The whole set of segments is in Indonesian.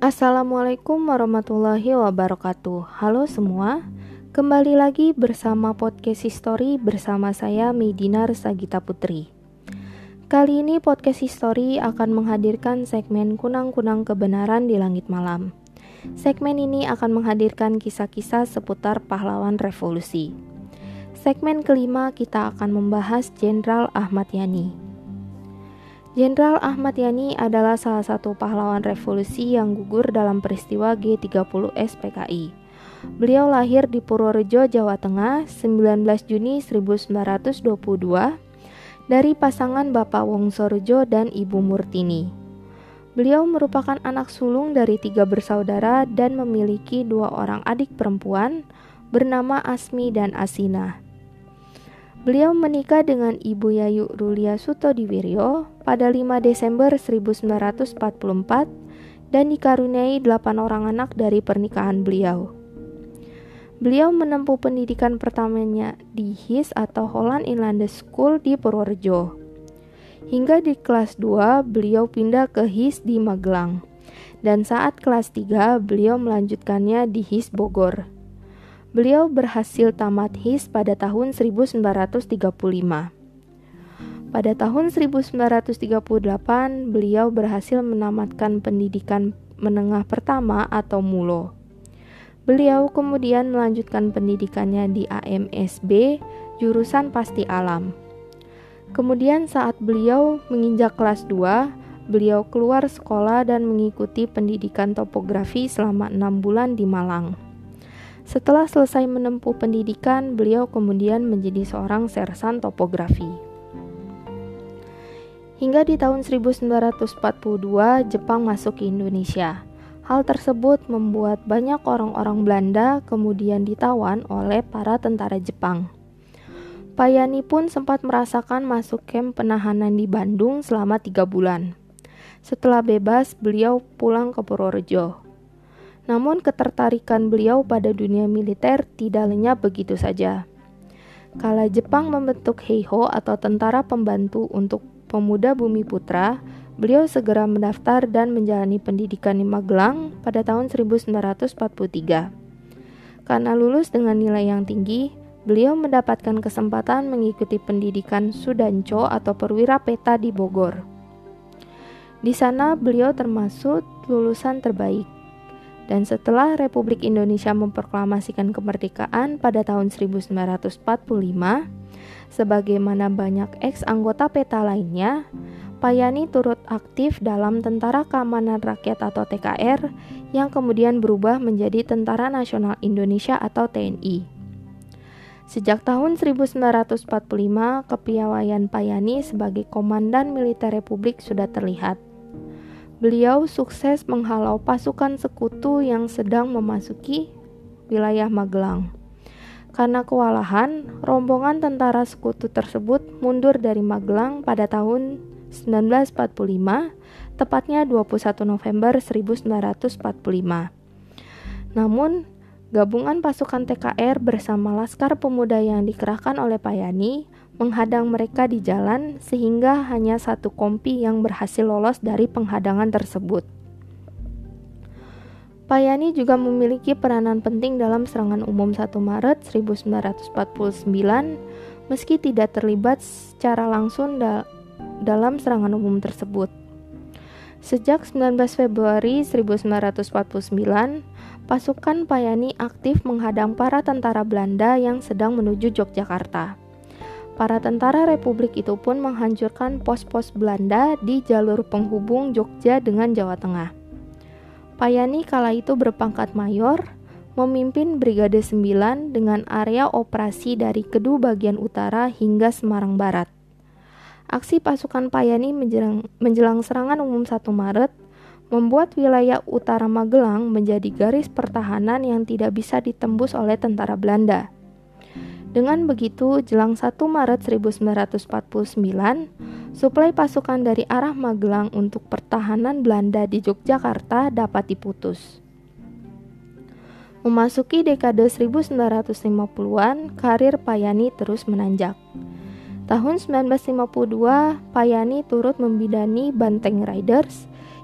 Assalamualaikum warahmatullahi wabarakatuh. Halo semua, kembali lagi bersama podcast History bersama saya Medina Resagita Putri. Kali ini podcast History akan menghadirkan segmen Kunang-Kunang Kebenaran di Langit Malam. Segmen ini akan menghadirkan kisah-kisah seputar pahlawan revolusi. Segmen kelima kita akan membahas Jenderal Ahmad Yani. Jenderal Ahmad Yani adalah salah satu pahlawan revolusi yang gugur dalam peristiwa G30S PKI. Beliau lahir di Purworejo, Jawa Tengah, 19 Juni 1922 dari pasangan Bapak Wongsorejo dan Ibu Murtini. Beliau merupakan anak sulung dari 3 bersaudara dan memiliki 2 orang adik perempuan bernama Asmi dan Asina. Beliau menikah dengan Ibu Yayu Rulia Sutodiwiryo pada 5 Desember 1944 dan dikaruniai 8 orang anak dari pernikahan beliau. Beliau menempuh pendidikan pertamanya di HIS atau Holland Inland School di Purworejo. Hingga di kelas 2 beliau pindah ke HIS di Magelang. Dan saat kelas 3 beliau melanjutkannya di HIS Bogor. Beliau berhasil tamat HIS pada tahun 1935. Pada tahun 1938, beliau berhasil menamatkan pendidikan menengah pertama atau MULO. Beliau kemudian melanjutkan pendidikannya di AMSB, jurusan Pasti Alam. Kemudian saat beliau menginjak kelas 2, beliau keluar sekolah dan mengikuti pendidikan topografi selama 6 bulan di Malang. Setelah selesai menempuh pendidikan, beliau kemudian menjadi seorang sersan topografi. Hingga di tahun 1942, Jepang masuk ke Indonesia. Hal tersebut membuat banyak orang-orang Belanda kemudian ditawan oleh para tentara Jepang. Pak Yani pun sempat merasakan masuk kamp penahanan di Bandung selama 3 bulan. Setelah bebas, beliau pulang ke Purworejo. Namun ketertarikan beliau pada dunia militer tidak lenyap begitu saja. Kala Jepang membentuk Heiho atau Tentara Pembantu untuk Pemuda Bumi Putra, beliau segera mendaftar dan menjalani pendidikan di Magelang pada tahun 1943. Karena lulus dengan nilai yang tinggi, beliau mendapatkan kesempatan mengikuti pendidikan Sudanco atau Perwira Peta di Bogor. Di sana beliau termasuk lulusan terbaik. Dan setelah Republik Indonesia memproklamasikan kemerdekaan pada tahun 1945, sebagaimana banyak ex-anggota PETA lainnya, Pak Yani turut aktif dalam Tentara Keamanan Rakyat atau TKR yang kemudian berubah menjadi Tentara Nasional Indonesia atau TNI. Sejak tahun 1945, kepiawaian Pak Yani sebagai Komandan Militer Republik sudah terlihat. Beliau sukses menghalau pasukan sekutu yang sedang memasuki wilayah Magelang. Karena kewalahan, rombongan tentara sekutu tersebut mundur dari Magelang pada tahun 1945, tepatnya 21 November 1945. Namun, gabungan pasukan TKR bersama Laskar Pemuda yang dikerahkan oleh Pak Yani menghadang mereka di jalan sehingga hanya satu kompi yang berhasil lolos dari penghadangan tersebut. Pak Yani juga memiliki peranan penting dalam serangan umum 1 Maret 1949 meski tidak terlibat secara langsung dalam serangan umum tersebut. Sejak 19 Februari 1949, pasukan Pak Yani aktif menghadang para tentara Belanda yang sedang menuju Yogyakarta. Para tentara Republik itu pun menghancurkan pos-pos Belanda di jalur penghubung Jogja dengan Jawa Tengah. Pak Yani kala itu berpangkat mayor, memimpin Brigade 9 dengan area operasi dari Kedu bagian utara hingga Semarang Barat. Aksi pasukan Pak Yani menjelang serangan umum 1 Maret membuat wilayah utara Magelang menjadi garis pertahanan yang tidak bisa ditembus oleh tentara Belanda. Dengan begitu, jelang 1 Maret 1949, suplai pasukan dari arah Magelang untuk pertahanan Belanda di Yogyakarta dapat diputus. Memasuki dekade 1950-an, karir Pak Yani terus menanjak. Tahun 1952, Pak Yani turut membidani Banteng Riders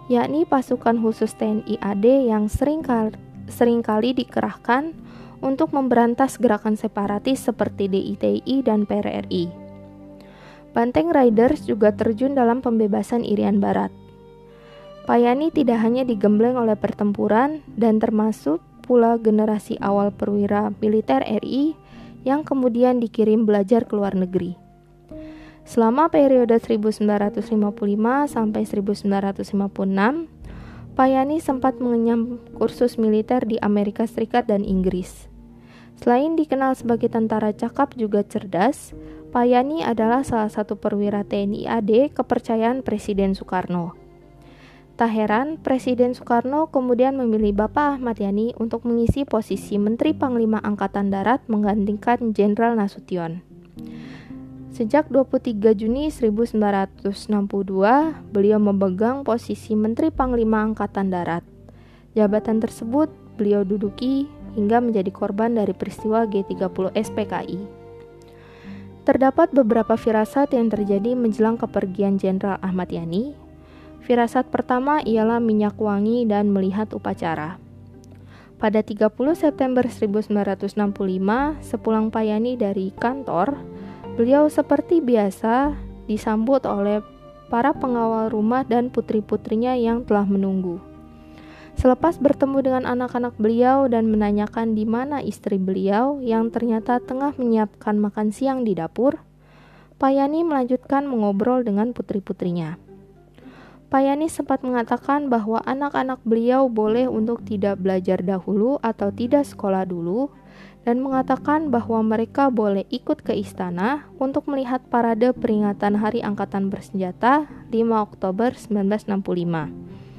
yakni pasukan khusus TNI AD yang seringkali dikerahkan untuk memberantas gerakan separatis seperti DITI dan PRRI. Banteng Riders juga terjun dalam pembebasan Irian Barat. Payani tidak hanya digembleng oleh pertempuran dan termasuk pula generasi awal perwira militer RI yang kemudian dikirim belajar ke luar negeri. Selama periode 1955 sampai 1956, Payani sempat mengenyam kursus militer di Amerika Serikat dan Inggris. Selain dikenal sebagai tentara cakap juga cerdas, Payani adalah salah satu perwira TNI AD kepercayaan Presiden Soekarno. Tak heran, Presiden Soekarno kemudian memilih Bapak Ahmad Yani untuk mengisi posisi Menteri Panglima Angkatan Darat menggantikan Jenderal Nasution. Sejak 23 Juni 1962, beliau memegang posisi Menteri Panglima Angkatan Darat. Jabatan tersebut beliau duduki hingga menjadi korban dari peristiwa G30 SPKI. Terdapat beberapa firasat yang terjadi menjelang kepergian Jenderal Ahmad Yani. Firasat pertama ialah minyak wangi dan melihat upacara. Pada 30 September 1965, sepulang Payani dari kantor, beliau seperti biasa disambut oleh para pengawal rumah dan putri-putrinya yang telah menunggu. Selepas bertemu dengan anak-anak beliau dan menanyakan di mana istri beliau yang ternyata tengah menyiapkan makan siang di dapur, Payani melanjutkan mengobrol dengan putri-putrinya. Payani sempat mengatakan bahwa anak-anak beliau boleh untuk tidak belajar dahulu atau tidak sekolah dulu, dan mengatakan bahwa mereka boleh ikut ke istana untuk melihat parade peringatan Hari Angkatan Bersenjata 5 Oktober 1965.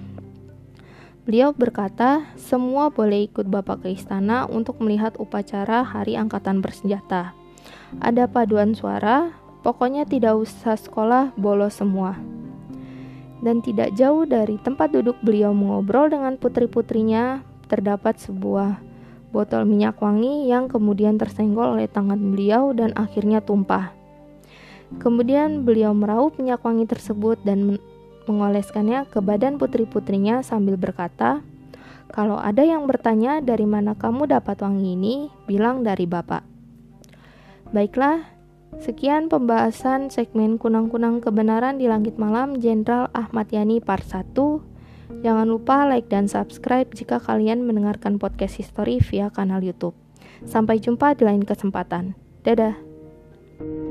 Beliau berkata, semua boleh ikut Bapak ke istana untuk melihat upacara Hari Angkatan Bersenjata. Ada paduan suara, pokoknya tidak usah sekolah, bolos semua. Dan tidak jauh dari tempat duduk beliau mengobrol dengan putri-putrinya, terdapat sebuah botol minyak wangi yang kemudian tersenggol oleh tangan beliau dan akhirnya tumpah. Kemudian beliau meraup minyak wangi tersebut dan mengoleskannya ke badan putri-putrinya sambil berkata, "Kalau ada yang bertanya dari mana kamu dapat wangi ini, bilang dari Bapak." Baiklah, sekian pembahasan segmen Kunang-Kunang Kebenaran di Langit Malam Jenderal Ahmad Yani Part 1. Jangan lupa like dan subscribe jika kalian mendengarkan podcast history via kanal YouTube. Sampai jumpa di lain kesempatan. Dadah.